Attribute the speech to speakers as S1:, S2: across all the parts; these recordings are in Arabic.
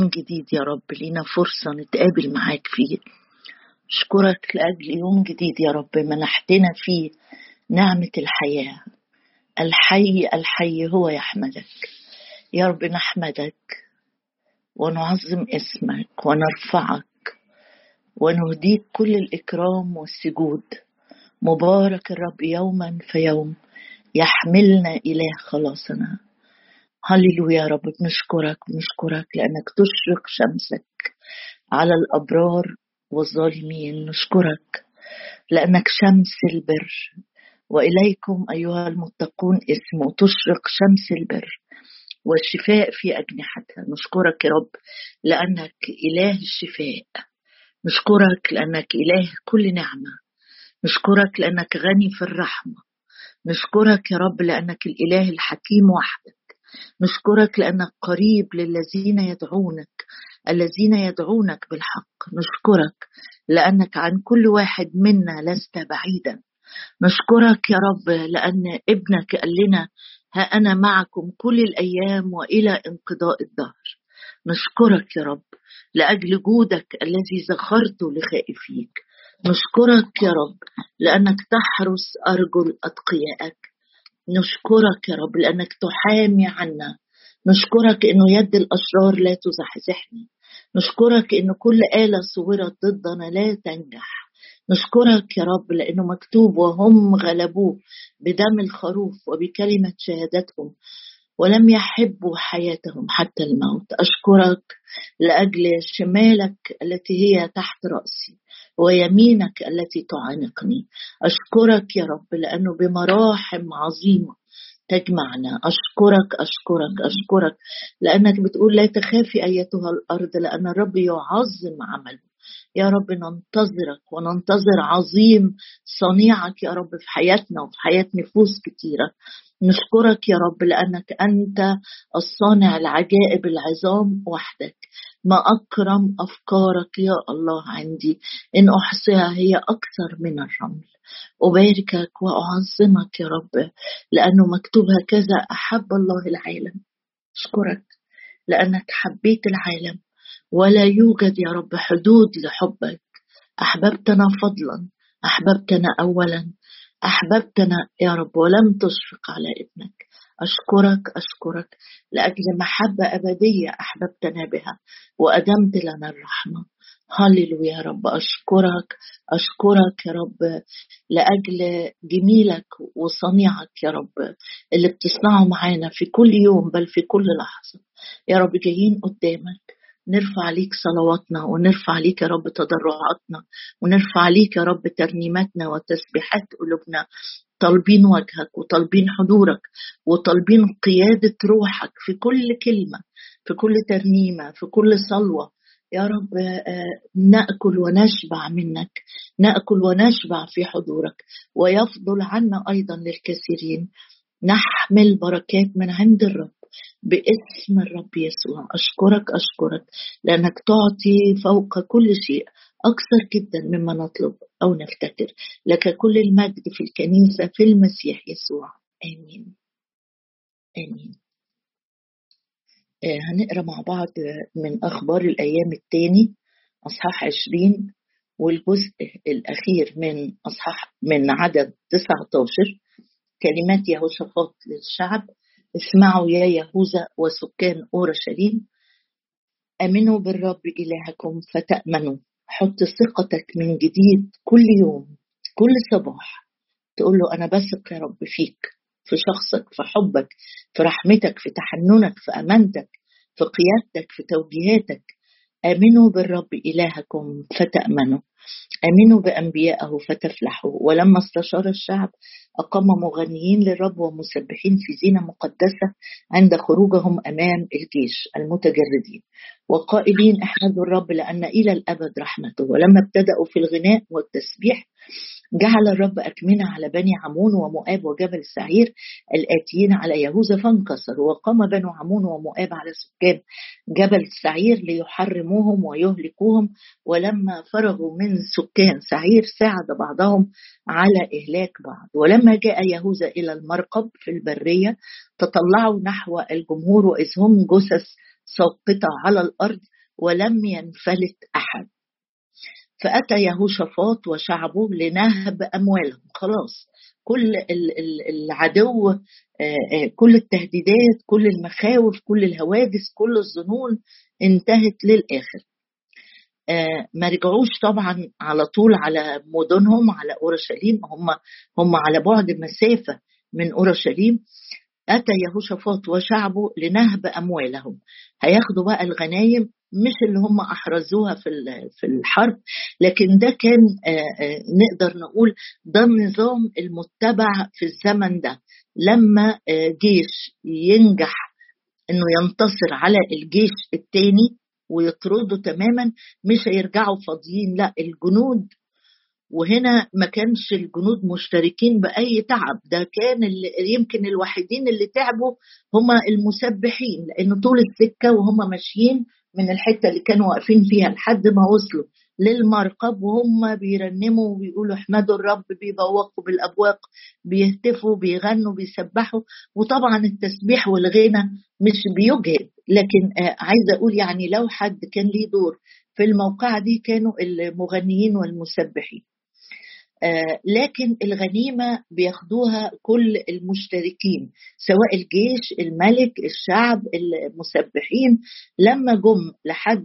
S1: جديد يا رب، لينا فرصة نتقابل معاك فيه. أشكرك لأجل يوم جديد يا رب منحتنا فيه نعمة الحياة. الحي الحي هو يحمدك يا رب. نحمدك ونعظم اسمك ونرفعك ونهديك كل الإكرام والسجود. مبارك الرب يوما فيوم يحملنا إله خلاصنا. هللويا يا رب. بنشكرك لأنك تشرق شمسك على الأبرار والظالمين. نشكرك لأنك شمس البر، وإليكم أيها المتقون اسمه تشرق شمس البر والشفاء في أجنحتها. نشكرك يا رب لأنك إله الشفاء. نشكرك لأنك إله كل نعمة. نشكرك لأنك غني في الرحمة. نشكرك يا رب لأنك الإله الحكيم وحدك. نشكرك لأنك قريب للذين يدعونك بالحق. نشكرك لأنك عن كل واحد منا لست بعيدا. نشكرك يا رب لأن ابنك قال لنا ها أنا معكم كل الأيام وإلى انقضاء الدهر. نشكرك يا رب لأجل جودك الذي زخرته لخائفيك. نشكرك يا رب لأنك تحرس أرجل أتقيائك. نشكرك يا رب لأنك تحامي عنا. نشكرك إنه يد الأشرار لا تزحزحني. نشكرك إنه كل آلة صورت ضدنا لا تنجح. نشكرك يا رب لأنه مكتوب وهم غلبوه بدم الخروف وبكلمة شهادتهم ولم يحبوا حياتهم حتى الموت. أشكرك لأجل شمالك التي هي تحت رأسي ويمينك التي تعانقني. أشكرك يا رب لأنه بمراحم عظيمة تجمعنا. أشكرك لأنك بتقول لا تخافي أيتها الأرض لأن الرب يعظم عمله. يا رب ننتظرك وننتظر عظيم صنيعك يا رب في حياتنا وفي حياة نفوس كتيرة. نشكرك يا رب لأنك أنت الصانع العجائب العظام وحدك. ما أكرم أفكارك يا الله عندي، إن أحصيها هي أكثر من الرمل. أباركك وأعظمك يا رب لأنه مكتوب هكذا أحب الله العالم. أشكرك لأنك حبيت العالم ولا يوجد يا رب حدود لحبك. أحببتنا فضلا، أحببتنا أولا، أحببتنا يا رب ولم تشفق على ابنك. أشكرك لأجل محبة أبدية أحببتنا بها وأدمت لنا الرحمة. هللويا يا رب. أشكرك يا رب لأجل جميلك وصنيعك يا رب اللي بتصنعه معانا في كل يوم بل في كل لحظة. يا رب جايين قدامك نرفع عليك صلواتنا ونرفع عليك يا رب تضرعاتنا ونرفع عليك يا رب ترنيماتنا وتسبيحات قلوبنا، طالبين وجهك وطالبين حضورك وطالبين قيادة روحك في كل كلمة، في كل ترنيمة، في كل صلوة يا رب. نأكل ونشبع منك، نأكل ونشبع في حضورك ويفضل عنا أيضا للكثيرين. نحمل بركات من عند الرب باسم الرب يسوع. أشكرك لأنك تعطي فوق كل شيء أكثر جدا مما نطلب أو نفتكر. لك كل المجد في الكنيسة في المسيح يسوع. آمين. هنقرأ مع بعض من أخبار الأيام الثاني أصحاح 20 والجزء الأخير من عدد 19. كلمات يهوشافاط للشعب: اسمعوا يا يهوذا وسكان أورشليم، آمنوا بالرب إلهكم فتأمنوا. حط ثقتك من جديد كل يوم، كل صباح تقول له أنا بثق يا رب فيك، في شخصك، في حبك، في رحمتك، في تحننك، في أمانتك، في قيادتك، في توجيهاتك. آمنوا بالرب إلهكم فتأمنوا، آمنوا بأنبيائه فتفلحوا. ولما استشار الشعب أقام مغنيين للرب ومسبحين في زينة مقدسة عند خروجهم أمام الجيش المتجردين وقائلين احمدوا الرب لأن إلى الأبد رحمته. ولما ابتدأوا في الغناء والتسبيح جعل الرب أكمنة على بني عمون ومؤاب وجبل السعير الآتيين على يهوذا فانكسروا. وقام بنو عمون ومؤاب على سكان جبل السعير ليحرموهم ويهلكوهم. ولما فرغوا من سكان سعير ساعد بعضهم على إهلاك بعض. ولما جاء يهوذا إلى المرقب في البرية تطلعوا نحو الجمهور وإذ هم جثث ساقطة على الأرض ولم ينفلت أحد. فأتى يهوشافاط وشعبه لنهب أموالهم. خلاص كل العدو، كل التهديدات، كل المخاوف، كل الهواجس، كل الظنون انتهت للآخر. ما رجعوش طبعا على طول على مدنهم، على أورشليم. هم على بعد مسافة من أورشليم. أتى يهوشافاط وشعبه لنهب أموالهم. هياخدوا بقى الغنايم، مش اللي هم أحرزوها في الحرب، لكن ده كان نقدر نقول ده النظام المتبع في الزمن ده. لما جيش ينجح إنه ينتصر على الجيش التاني ويطردوا تماما، مش هيرجعوا فاضيين، لا الجنود. وهنا ما كانش الجنود مشتركين بأي تعب، ده كان يمكن الوحيدين اللي تعبوا هم المسبحين، لأنه طول السكة وهم ماشيين من الحتة اللي كانوا واقفين فيها لحد ما وصلوا للمرقب وهم بيرنموا وبيقولوا احمدوا الرب، بيبوقوا بالأبواق، بيهتفوا بيغنوا بيسبحوا. وطبعا التسبيح والغنى مش بيجهد، لكن عايزة أقول يعني لو حد كان ليه دور في الموقع دي كانوا المغنيين والمسبحين. لكن الغنيمة بياخدوها كل المشتركين، سواء الجيش، الملك، الشعب، المسبحين. لما جم لحد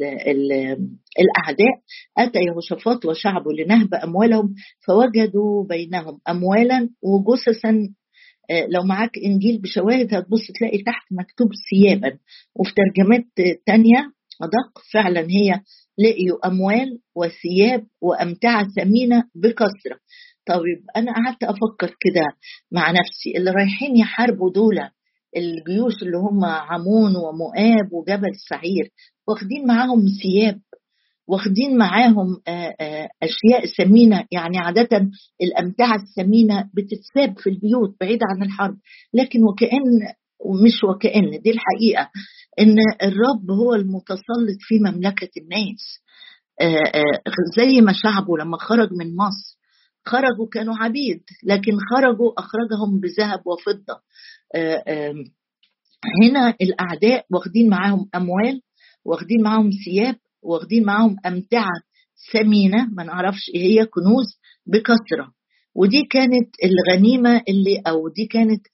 S1: الأعداء، أتى يهوشافاط وشعبه لنهب أموالهم فوجدوا بينهم أموالا وجثثا. لو معاك إنجيل بشواهد هتبص تلاقي تحت مكتوب ثيابا، وفي ترجمات تانية أدق فعلا هي لقيوا أموال وثياب وأمتعة ثمينة بكثرة. طيب أنا قعدت أفكر كده مع نفسي، اللي رايحين يحاربوا دول الجيوش اللي هم عمون ومؤاب وجبل سعير، واخدين معاهم ثياب، واخدين معاهم أشياء ثمينة. يعني عادة الأمتعة الثمينة بتتساب في البيوت بعيدة عن الحرب، لكن وكأن دي الحقيقة إن الرب هو المتسلط في مملكة الناس. زي ما شعبه لما خرج من مصر خرجوا كانوا عبيد، لكن أخرجهم بذهب وفضة. هنا الأعداء واخدين معاهم أموال، واخدين معاهم ثياب، واخدين معاهم أمتعة ثمينة ما نعرفش إيه هي، كنوز بكثرة. ودي كانت الغنيمة أو دي كانت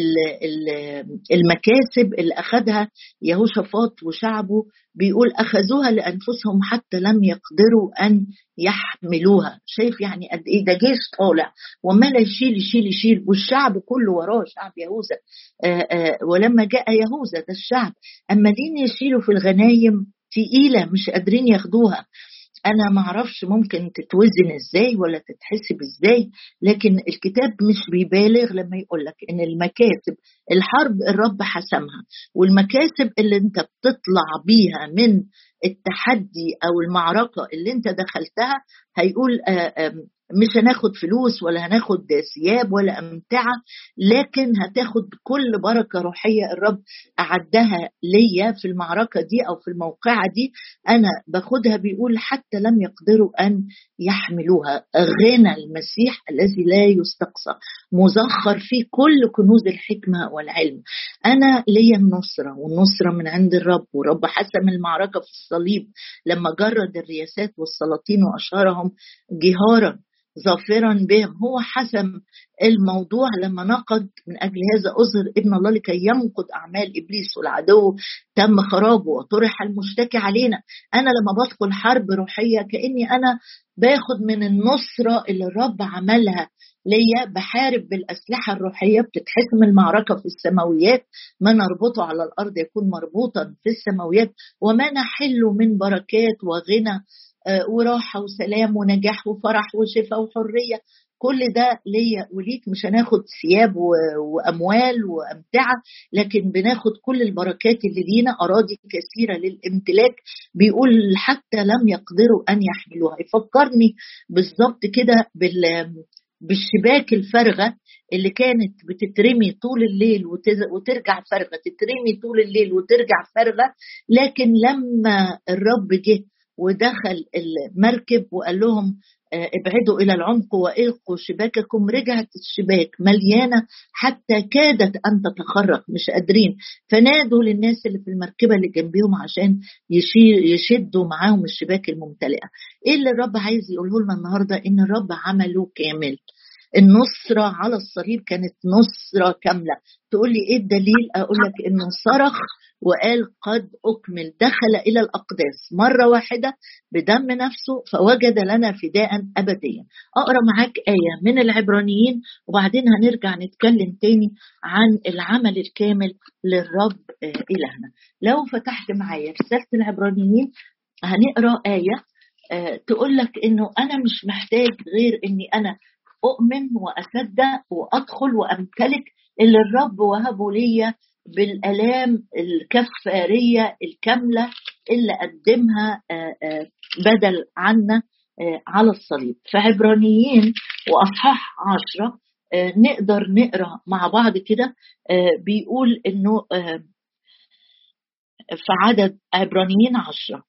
S1: المكاسب اللي أخذها يهوشافاط وشعبه. بيقول أخذوها لأنفسهم حتى لم يقدروا أن يحملوها. شايف يعني قد إيه ده جيش طالع وما لا يشيل يشيل يشيل، والشعب كله وراه، شعب يهوذا. ولما جاء يهوذا ده الشعب أمالين يشيلوا في الغنايم تقيلة مش قادرين ياخدوها. أنا معرفش ممكن تتوزن إزاي ولا تتحسب إزاي، لكن الكتاب مش بيبالغ لما يقولك إن المكاسب الحرب الرب حسمها، والمكاسب اللي انت بتطلع بيها من التحدي أو المعركة اللي انت دخلتها هيقول مش هناخد فلوس ولا هناخد ثياب ولا أمتعة، لكن هتاخد كل بركة روحية الرب أعدها ليا في المعركة دي أو في الموقعة دي، أنا باخدها. بيقول حتى لم يقدروا أن يحملوها. غنى المسيح الذي لا يستقصى مزخر فيه كل كنوز الحكمة والعلم. أنا ليا النصرة، والنصرة من عند الرب، ورب حسم المعركة في الصليب لما جرد الرياسات والسلاطين وأشهرهم جهارا ظافرا بهم. هو حسم الموضوع لما نقد من أجل هذا أظهر ابن الله لكي ينقض أعمال إبليس، والعدو تم خرابه وطرح المشتكي علينا. أنا لما بدخل حرب روحية كأني أنا باخد من النصرة اللي الرب عملها ليا، بحارب بالأسلحة الروحية. بتتحسم المعركة في السماويات، ما نربطه على الأرض يكون مربوطا في السماويات، وما نحله من بركات وغنى وراحة وسلام ونجاح وفرح وشفاء وحرية، كل ده ليا وليك. مش هناخد ثياب وأموال وأمتعة، لكن بناخد كل البركات اللي لينا، أراضي كثيرة للامتلاك. بيقول حتى لم يقدروا أن يحملوها. يفكرني بالضبط كده بالشباك الفارغة اللي كانت بتترمي طول الليل وترجع فارغة، تترمي طول الليل وترجع فارغة. لكن لما الرب جه ودخل المركب وقال لهم ابعدوا إلى العمق وإلقوا شباككم. رجعت الشباك مليانة حتى كادت أن تتخرق، مش قادرين، فنادوا للناس اللي في المركبة اللي جنبيهم عشان يشدوا معاهم الشباك الممتلئة. إيه اللي الرب عايز يقوله لنا النهاردة؟ إن الرب عمله كامل. النصرة على الصليب كانت نصرة كاملة. تقول لي إيه الدليل؟ أقول لك إنه صرخ وقال قد أكمل، دخل إلى الأقداس مرة واحدة بدم نفسه فوجد لنا فداء أبديا. أقرأ معاك آية من العبرانيين وبعدين هنرجع نتكلم تاني عن العمل الكامل للرب إلهنا. لو فتحت معايا رسالة العبرانيين هنقرأ آية تقول لك إنه أنا مش محتاج غير إني أنا أؤمن وأصدق وأدخل وأمتلك اللي الرب وهبه ليا بالآلام الكفارية الكاملة اللي قدمها بدل عنا على الصليب. فعبرانيين وأصحاح 10 نقدر نقرأ مع بعض كده. بيقول إنه في عدد عبرانيين 10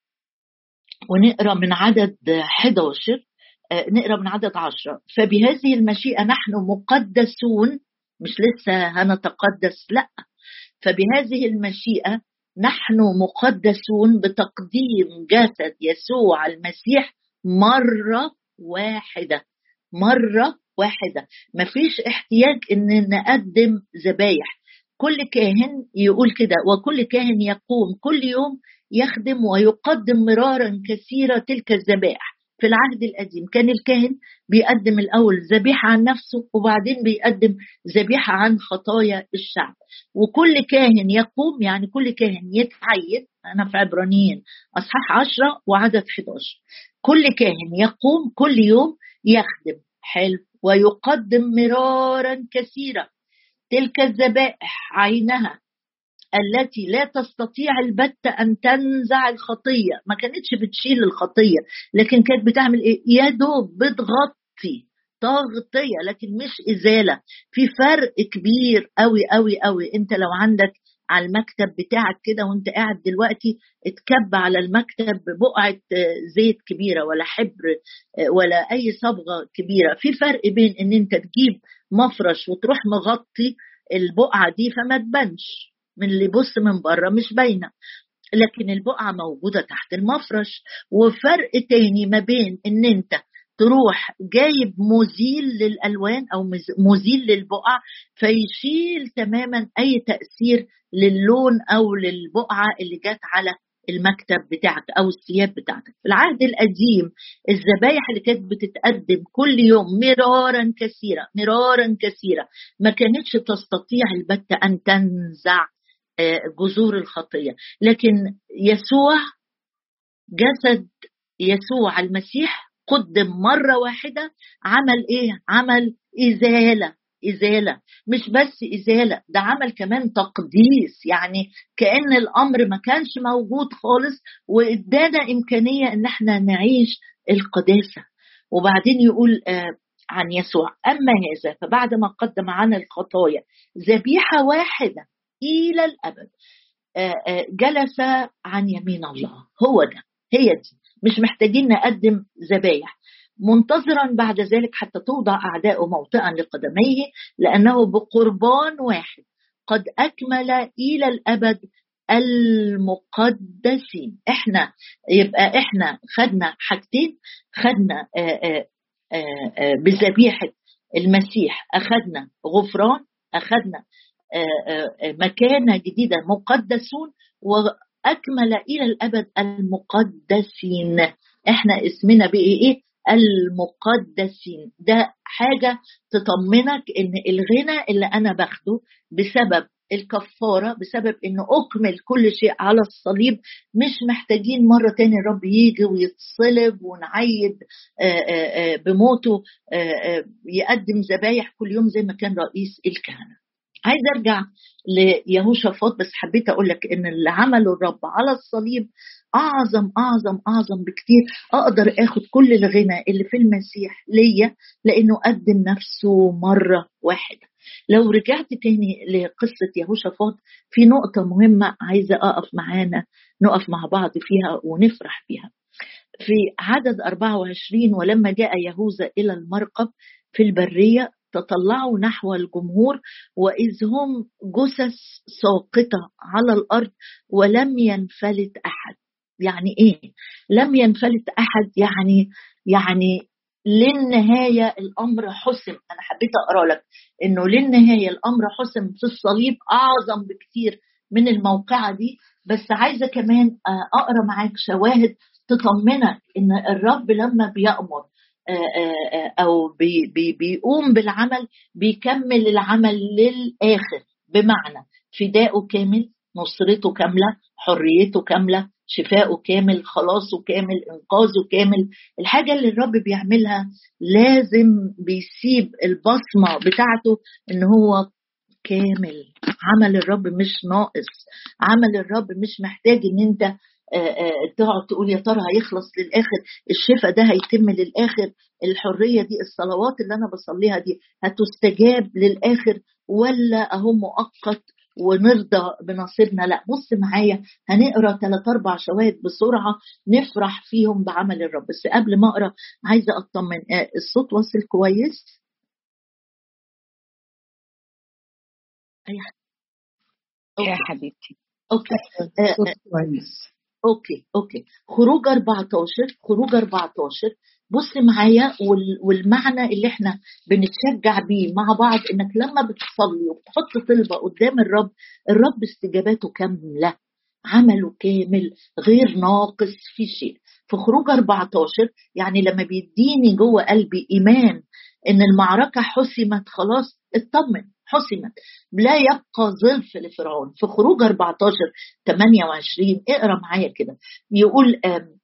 S1: ونقرأ من عدد 11، نقرأ من عدد 10. فبهذه المشيئة نحن مقدسون، مش لسه هنتقدس، لا، فبهذه المشيئة نحن مقدسون بتقديم جسد يسوع المسيح مرة واحدة. مرة واحدة، مفيش احتياج ان نقدم ذبايح. كل كاهن يقول كده، وكل كاهن يقوم كل يوم يخدم ويقدم مرارا كثيرة تلك الذبائح. في العهد القديم كان الكاهن بيقدم الأول ذبيحة عن نفسه وبعدين بيقدم ذبيحة عن خطايا الشعب. وكل كاهن يقوم يعني كل كاهن يتعين. أنا في عبرانيين أصحاح 10 وعدد 11. كل كاهن يقوم كل يوم يخدم، حلو، ويقدم مرارا كثيرة تلك الذبائح عينها التي لا تستطيع البتة أن تنزع الخطية. ما كانتش بتشيل الخطية، لكن كانت بتعمل إيه؟ يا دوب بتغطي، تغطية، لكن مش إزالة. في فرق كبير قوي قوي قوي. أنت لو عندك على المكتب بتاعك كده وانت قاعد دلوقتي اتكب على المكتب بقعة زيت كبيرة ولا حبر ولا أي صبغة كبيرة، في فرق بين ان انت تجيب مفرش وتروح مغطي البقعة دي فما تبانش، من اللي يبص من بره مش باينه، لكن البقعه موجوده تحت المفرش. وفرق تاني ما بين ان انت تروح جايب مزيل للالوان او مزيل للبقع فيشيل تماما اي تاثير للون او للبقعه اللي جت على المكتب بتاعك او الثياب بتاعتك. في العهد القديم الذبايح اللي كانت بتتقدم كل يوم مرارا كثيره مرارا كثيره ما كانتش تستطيع البتة ان تنزع جذور الخطية. لكن يسوع، جسد يسوع المسيح قدم مرة واحدة، عمل ايه؟ عمل إزالة. مش بس إزالة، ده عمل كمان تقديس، يعني كأن الأمر ما كانش موجود خالص وإدانا إمكانية إن احنا نعيش القداسة. وبعدين يقول عن يسوع أما هذا فبعد ما قدم عن الخطايا ذبيحة واحدة إلى الأبد جلس عن يمين الله. هو ده، هي دي، مش محتاجين نقدم ذبايح. منتظرا بعد ذلك حتى توضع أعداءه موطئا لقدميه، لأنه بقربان واحد قد أكمل إلى الأبد المقدسين. يبقى احنا خدنا حاجتين، خدنا بذبيحة المسيح أخدنا غفران، أخدنا مكانة جديدة مقدسون، وأكمل إلى الأبد المقدسين. احنا اسمنا بإيه؟ المقدسين. ده حاجة تطمنك ان الغنى اللي انا باخده بسبب الكفارة، بسبب انه اكمل كل شيء على الصليب، مش محتاجين مرة تاني الرب يجي ويتصلب ونعيد بموته يقدم ذبايح كل يوم زي ما كان رئيس الكهنة. عايز ارجع ليهوشافاط، بس حبيت اقول لك ان اللي عمله الرب على الصليب اعظم اعظم اعظم بكتير. اقدر اخد كل الغنى اللي في المسيح ليا لانه قدم نفسه مره واحده. لو رجعت تاني لقصه يهوشافاط في نقطه مهمه عايزه نقف مع بعض فيها ونفرح بيها. في عدد 24: ولما جاء يهوذا إلى المرقب في البرية تطلعوا نحو الجمهور وإذ هم جثث ساقطة على الأرض ولم ينفلت أحد. يعني إيه لم ينفلت أحد؟ يعني للنهاية الأمر حسم. أنا حبيت أقرأ لك إنه للنهاية الأمر حسم في الصليب، أعظم بكثير من الموقعة دي. بس عايزة كمان أقرأ معاك شواهد تطمنك إن الرب لما بيأمر أو بيقوم بالعمل بيكمل العمل للآخر، بمعنى فداؤه كامل، نصرته كاملة، حريته كاملة، شفاؤه كامل، خلاصه كامل، إنقاذه كامل. الحاجة اللي الرب بيعملها لازم بيسيب البصمة بتاعته إن هو كامل. عمل الرب مش ناقص، عمل الرب مش محتاج ان انت تقعد تقول يا ترى هيخلص للاخر، الشفاء ده هيتم للاخر، الحريه دي، الصلوات اللي انا بصليها دي هتستجاب للاخر، ولا اهو مؤقت ونرضى بنصيبنا. لا، بص معايا هنقرا 3-4 شواهد بسرعه نفرح فيهم بعمل الرب. بس قبل ما اقرا عايزه اطمن، الصوت واصل كويس؟ اي
S2: يا حبيبتي
S1: اوكي.
S2: صوت كويس.
S1: اوكي. خروج 14. بص معايا، والمعنى اللي احنا بنتشجع بيه مع بعض انك لما بتصلي وبتحط طلبة قدام الرب استجاباته كاملة، عمله كامل غير ناقص في شيء. في خروج 14 يعني لما بيديني جوه قلبي ايمان ان المعركة حسمت، خلاص اطمن، حسمت، لا يبقى ظلف لفرعون. في خروج 14:28 اقرا معايا كده، يقول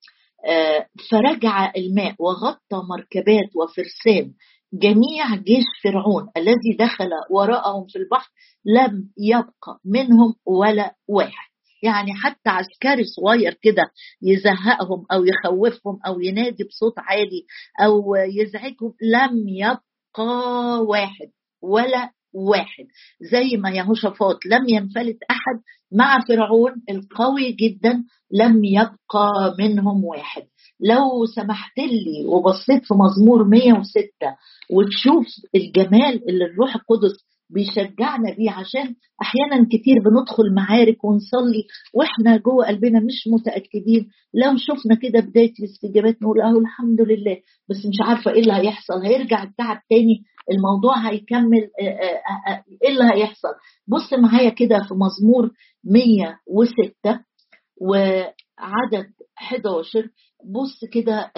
S1: فرجع الماء وغطى مركبات وفرسان جميع جيش فرعون الذي دخل وراءهم في البحر، لم يبقى منهم ولا واحد. يعني حتى عسكري صغير كده يزهقهم أو يخوفهم أو ينادي بصوت عالي أو يزعجهم، لم يبقى واحد ولا واحد. زي ما يهوشافاط لم ينفلت أحد مع فرعون القوي جدا، لم يبقى منهم واحد. لو سمحت لي وبصيت في مزمور 106 وتشوف الجمال اللي الروح القدس بيشجعنا بيه، عشان احيانا كتير بندخل معارك ونصلي واحنا جوه قلبنا مش متاكدين. لو شفنا كده بدايه الاستجابات نقول اهو الحمد لله، بس مش عارفه ايه اللي هيحصل، هيرجع التعب تاني، الموضوع هيكمل، ايه اللي هيحصل. بص معايا كده في مزمور 106 وعدد 11. بص كده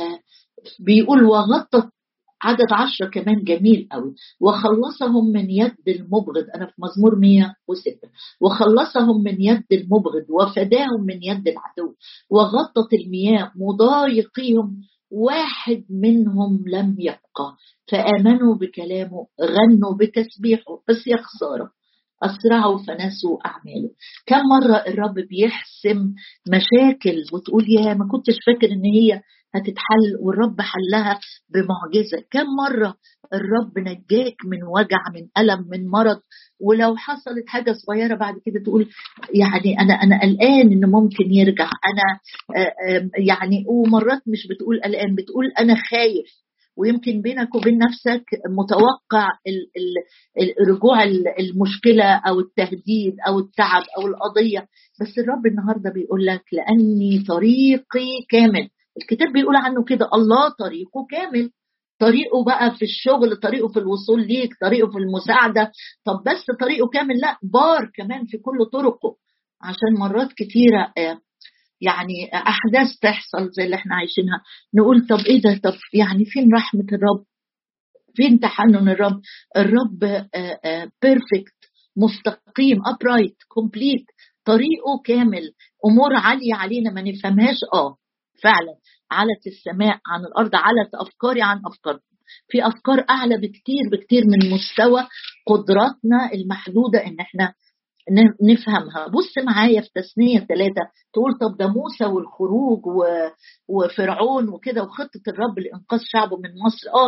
S1: بيقول وغطت، عدد 10 كمان جميل قوي، وخلصهم من يد المبغض. أنا في مزمور 106. وخلصهم من يد المبغض وفداهم من يد العدو، وغطت المياه مضايقيهم، واحد منهم لم يبقى. فآمنوا بكلامه، غنوا بتسبيحه، بس يا خسارة أسرعوا فنسوا أعماله. كم مرة الرب بيحسم مشاكل وتقول يا ما كنتش فاكر إن هي هتتحل، والرب حلها بمعجزة. كم مرة الرب نجاك من وجع، من ألم، من مرض، ولو حصلت حاجة صغيرة بعد كده تقول يعني أنا قلقان إنه ممكن يرجع. أنا يعني ومرات مش بتقول قلقان، بتقول أنا خايف. ويمكن بينك وبين نفسك متوقع رجوع المشكلة أو التهديد أو التعب أو القضية، بس الرب النهاردة بيقول لك لأني طريقي كامل. الكتاب بيقول عنه كده، الله طريقه كامل. طريقه بقى في الشغل، طريقه في الوصول ليك، طريقه في المساعدة. طب بس طريقه كامل؟ لا، بار كمان في كل طرقه. عشان مرات كتيرة يعني أحداث تحصل زي اللي احنا عايشينها نقول طب إيه ده، طب يعني فين رحمة الرب، فين تحنن الرب. الرب بيرفكت، مستقيم، upright, complete، طريقه كامل. أمور عالية علينا ما نفهمهاش، فعلا علت السماء عن الأرض، علت أفكاري عن أفكاركم. في أفكار أعلى بكتير من مستوى قدراتنا المحدودة إن احنا نفهمها. بص معايا في تثنية 3 تقول طب ده موسى والخروج وفرعون وكده وخطة الرب لإنقاذ شعبه من مصر.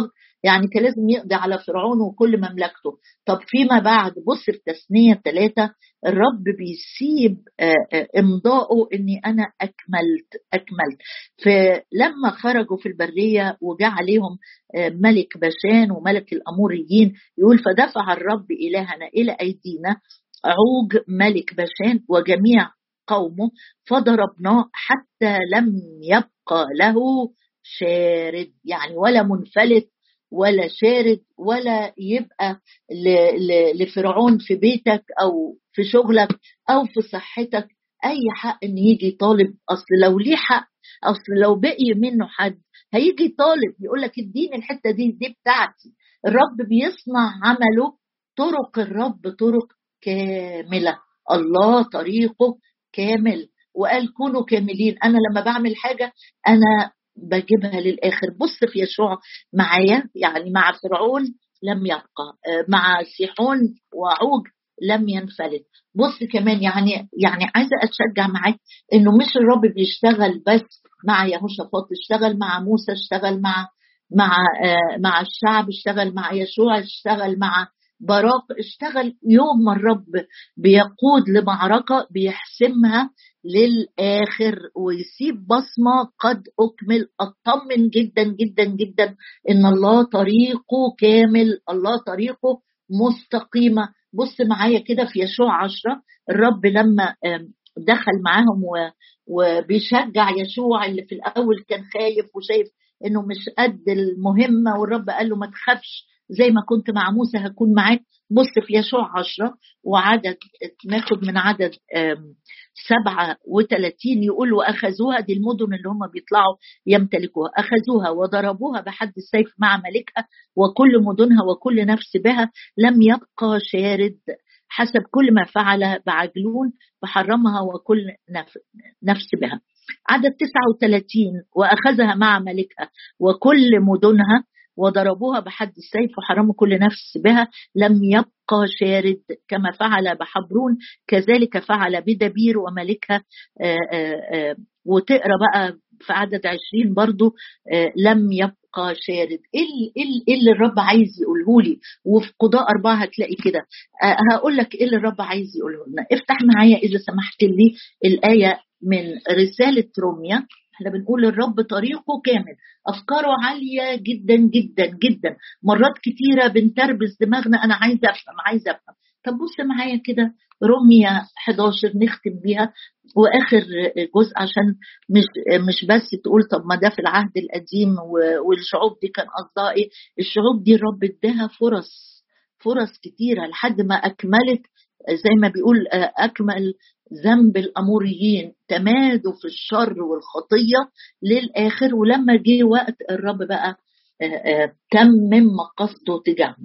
S1: يعني كان لازم يقضي على فرعون وكل مملكته. طب فيما بعد بص في تثنية 3 الرب بيسيب امضاؤه اني انا اكملت. فلما خرجوا في البرية وجاء عليهم ملك باشان وملك الاموريين، يقول فدفع الرب الهنا الى ايدينا عوج ملك باشان وجميع قومه فضربناه حتى لم يبقى له شارد، يعني ولا منفلت ولا شارد، ولا يبقى لفرعون في بيتك او في شغلك او في صحتك اي حق ان يجي طالب. اصل لو ليه حق، اصل لو بقي منه حد هيجي طالب يقول لك اديني الحته دي بتاعتي. الرب بيصنع عمله، طرق الرب طرق كامله، الله طريقه كامل، وقال كونوا كاملين. انا لما بعمل حاجه انا بجيبها للاخر. بص في يشوع معايا، يعني مع فرعون لم يبقى، مع سيحون وعوج لم ينفلت. بص كمان يعني عايزه اتشجع معاك انه مش الرب بيشتغل بس مع يهوشافاط، اشتغل مع موسى، اشتغل مع الشعب، اشتغل مع يشوع، اشتغل مع براق، اشتغل. يوم ما الرب بيقود لمعركة بيحسمها للآخر ويسيب بصمة قد أكمل. أطمن جدا جدا جدا إن الله طريقه كامل، الله طريقه مستقيمة. بص معايا كده في يشوع 10 الرب لما دخل معاهم وبيشجع يشوع اللي في الأول كان خايف وشايف إنه مش قد المهمة، والرب قال له ما تخافش، زي ما كنت مع موسى هكون معاك. بص في يشوع 10 وعدد، ناخد من عدد 37 يقول وأخذوها، دي المدن اللي هم بيطلعوا يمتلكوها، أخذوها وضربوها بحد السيف مع ملكها وكل مدنها وكل نفس بها، لم يبقى شارد حسب كل ما فعل بعجلون فحرمها وكل نفس بها. عدد 39 وأخذها مع ملكها وكل مدنها وضربوها بحد السيف وحرموا كل نفس بها، لم يبقى شارد كما فعل بحبرون كذلك فعل بدبير وملكها. وتقرأ بقى في عدد 20 برضو لم يبقى شارد. ايه اللي الرب عايز يقوله لي؟ وفي قضاء 4 هتلاقي كده. هقول لك ايه اللي الرب عايز يقوله لنا. افتح معايا اذا سمحت لي الآية من رسالة روميا. احنا بنقول الرب طريقه كامل، افكاره عاليه جدا جدا جدا. مرات كتيره بنتربس دماغنا انا عايزه افهم. طب بص معايا كده روميا 11 نختم بيها واخر جزء، عشان مش بس تقول طب ما ده في العهد القديم والشعوب دي كان قصدها ايه. الشعوب دي الرب اداها فرص كتيره لحد ما اكملت، زي ما بيقول اكمل ذنب الأموريين، تمادوا في الشر والخطية للآخر. ولما جه وقت الرب بقى تمم مقصده تجاههم.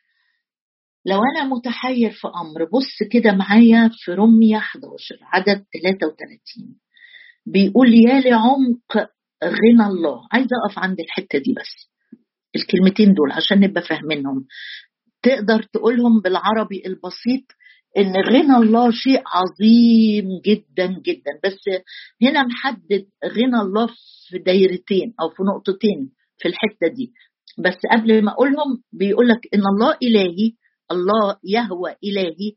S1: لو أنا متحير في أمر بص كده معايا في روميا 11 عدد 33 بيقول يا لعمق غنى الله. عايزة أقف عند الحتة دي بس، الكلمتين دول عشان نبقى فاهمينهم. تقدر تقولهم بالعربي البسيط ان غنى الله شيء عظيم جدا جدا، بس هنا محدد غنى الله في دايرتين او في نقطتين في الحتة دي. بس قبل ما اقولهم بيقولك ان الله الهي، الله يهوى الهي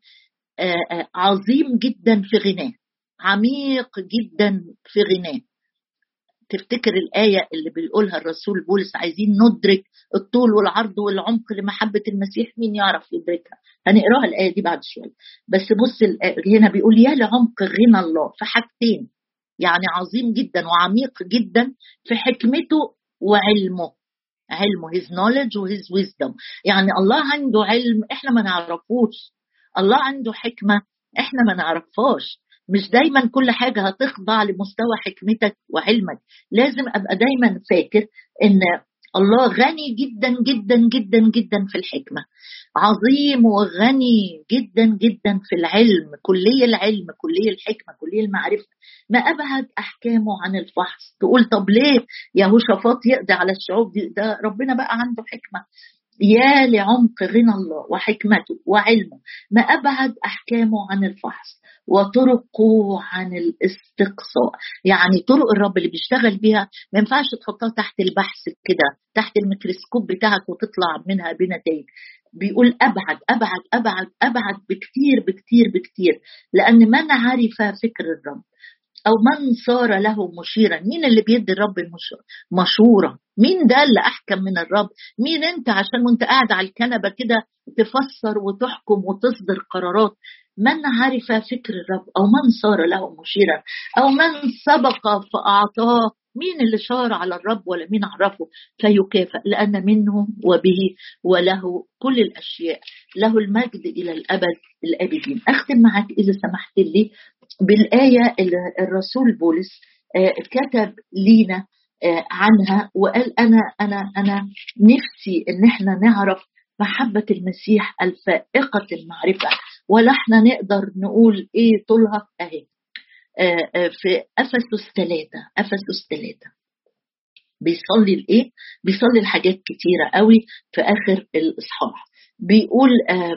S1: عظيم جدا في غناه، عميق جدا في غناه. تفتكر الآية اللي بيقولها الرسول بولس عايزين ندرك الطول والعرض والعمق لمحبة المسيح، مين يعرف يدركها؟ هنقراها الآية دي بعد شوية. بس بص هنا بيقول يا لعمق غنى الله في حاجتين، يعني عظيم جدا وعميق جدا في حكمته وعلمه. his knowledge و his wisdom. يعني الله عنده علم احنا ما نعرفوش، الله عنده حكمة احنا ما نعرفهاش. مش دايما كل حاجة هتخضع لمستوى حكمتك وعلمك. لازم أبقى دايما فاكر إن الله غني جدا جدا جدا جدا في الحكمة، عظيم وغني جدا جدا في العلم، كلية العلم، كلية الحكمة، كلية المعرفة، ما أبعد أحكامه عن الفحص. تقول طب ليه يهوشافاط يقضي على الشعوب دي؟ ده ربنا بقى عنده حكمة. يا لعمق غنى الله وحكمته وعلمه، ما أبعد أحكامه عن الفحص، وطرقه عن الاستقصاء. يعني طرق الرب اللي بيشتغل بيها ما ينفعش تحطها تحت البحث كده، تحت الميكروسكوب بتاعك وتطلع منها بنتائج. بيقول أبعد أبعد أبعد أبعد بكتير بكتير بكتير، لأن من عرف فكر الرب أو من صار له مشيرا. مين اللي بيدي الرب مشورة؟ مين ده اللي أحكم من الرب؟ مين أنت عشان وانت قاعد على الكنبة كده تفسر وتحكم وتصدر قرارات؟ من عرف فكر الرب أو من صار له مشيرا أو من سبق فأعطاه. مين اللي شار على الرب ولا مين عرفه فيكافئ؟ لأن منه وبه وله كل الأشياء، له المجد إلى الأبد الآبدين. أختم معك إذا سمحت لي بالآية اللي الرسول بولس كتب لينا عنها وقال أنا نفسي إن احنا نعرف محبة المسيح الفائقة المعرفة، ولا احنا نقدر نقول ايه طولها. اهي في أفسس 3 بيصلي الايه، بيصلي الحاجات كتيرة قوي في آخر الإصحاح. بيقول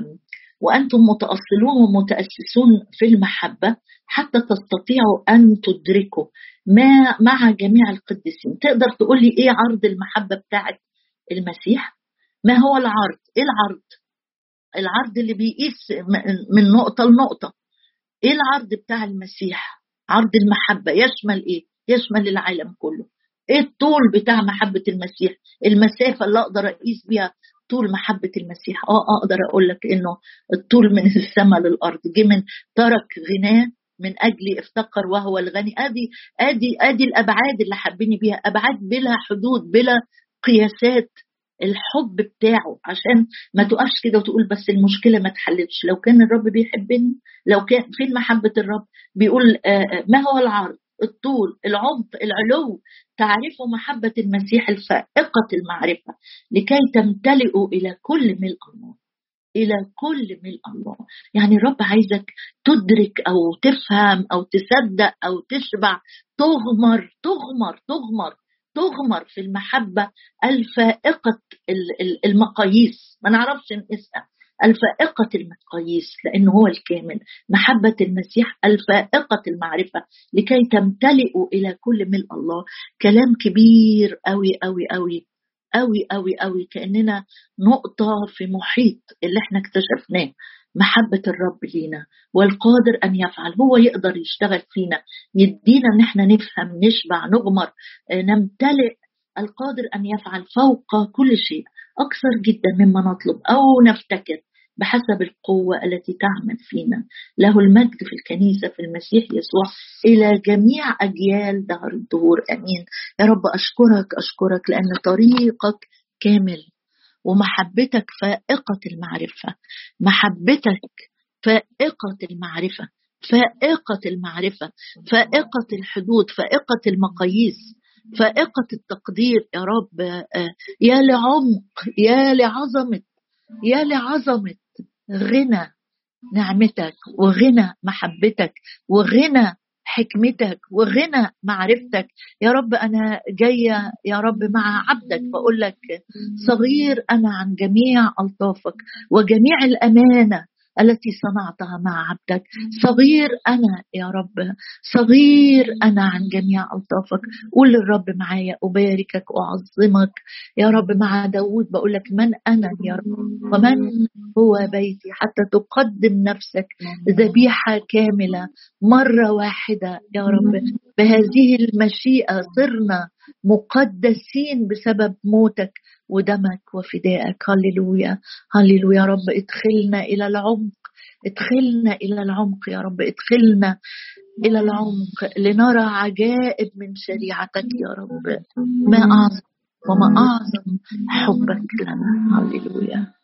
S1: وأنتم متأصلون ومتأسسون في المحبة حتى تستطيعوا أن تدركوا ما مع جميع القديسين. تقدر تقول لي إيه عرض المحبة بتاعت المسيح؟ ما هو العرض؟ إيه العرض؟ العرض اللي بيقيس من نقطة لنقطة. إيه العرض بتاع المسيح؟ عرض المحبة يشمل إيه؟ يشمل العالم كله. إيه الطول بتاع محبة المسيح؟ المسافة اللي أقدر أقيس بيها طول محبة المسيح. أقدر أقول لك إنه الطول من السماء للأرض. جه من ترك غناه من أجلي افتقر وهو الغني. أدي الأبعاد اللي حبني بيها، أبعاد بلا حدود بلا قياسات. الحب بتاعه عشان ما تقفش كده وتقول بس المشكلة ما تحلتش. لو كان الرب بيحبني، لو كان فين محبة الرب؟ بيقول ما هو العرض، الطول، العمق، العلو. تعرفوا محبة المسيح الفائقة المعرفة لكي تمتلئوا إلى كل ملء الله، إلى كل ملء الله. يعني الرب عايزك تدرك أو تفهم أو تصدق أو تشبع، تغمر تغمر تغمر تغمر في المحبة الفائقة المقاييس. ما نعرفش نقيسها، الفائقة المقاييس، لأنه هو الكامل. محبة المسيح الفائقة المعرفة لكي تمتلئوا إلى كل ملء الله. كلام كبير قوي قوي قوي قوي قوي قوي، كأننا نقطة في محيط اللي احنا اكتشفناه. محبة الرب لينا والقادر أن يفعل. هو يقدر يشتغل فينا، يدينا ان احنا نفهم، نشبع، نغمر، نمتلئ. القادر أن يفعل فوق كل شيء أكثر جدا مما نطلب أو نفتكر بحسب القوة التي تعمل فينا. له المجد في الكنيسة في المسيح يسوع إلى جميع أجيال دهر الدهور. أمين. يا رب أشكرك لأن طريقك كامل ومحبتك فائقة المعرفة. محبتك فائقة المعرفة، فائقة المعرفة، فائقة الحدود، فائقة المقاييس، فائقة التقدير. يا رب يا لعمق، يا لعظمة غنى نعمتك وغنى محبتك وغنى حكمتك وغنى معرفتك. يا رب أنا جاية يا رب مع عبدك بقول لك صغير أنا عن جميع ألطافك وجميع الأمانة التي صنعتها مع عبدك. صغير أنا يا رب، صغير أنا عن جميع ألطافك. قول للرب معايا أباركك أعظمك يا رب. مع داود بقول لك من أنا يا رب ومن هو بيتي حتى تقدم نفسك ذبيحة كاملة مرة واحدة يا رب. بهذه المشيئة صرنا مقدسين بسبب موتك ودمك وفدائك. هللويا هللويا يا رب. ادخلنا إلى العمق، ادخلنا إلى العمق يا رب، ادخلنا إلى العمق لنرى عجائب من شريعتك يا رب. ما أعظم وما أعظم حبك لنا. هللويا.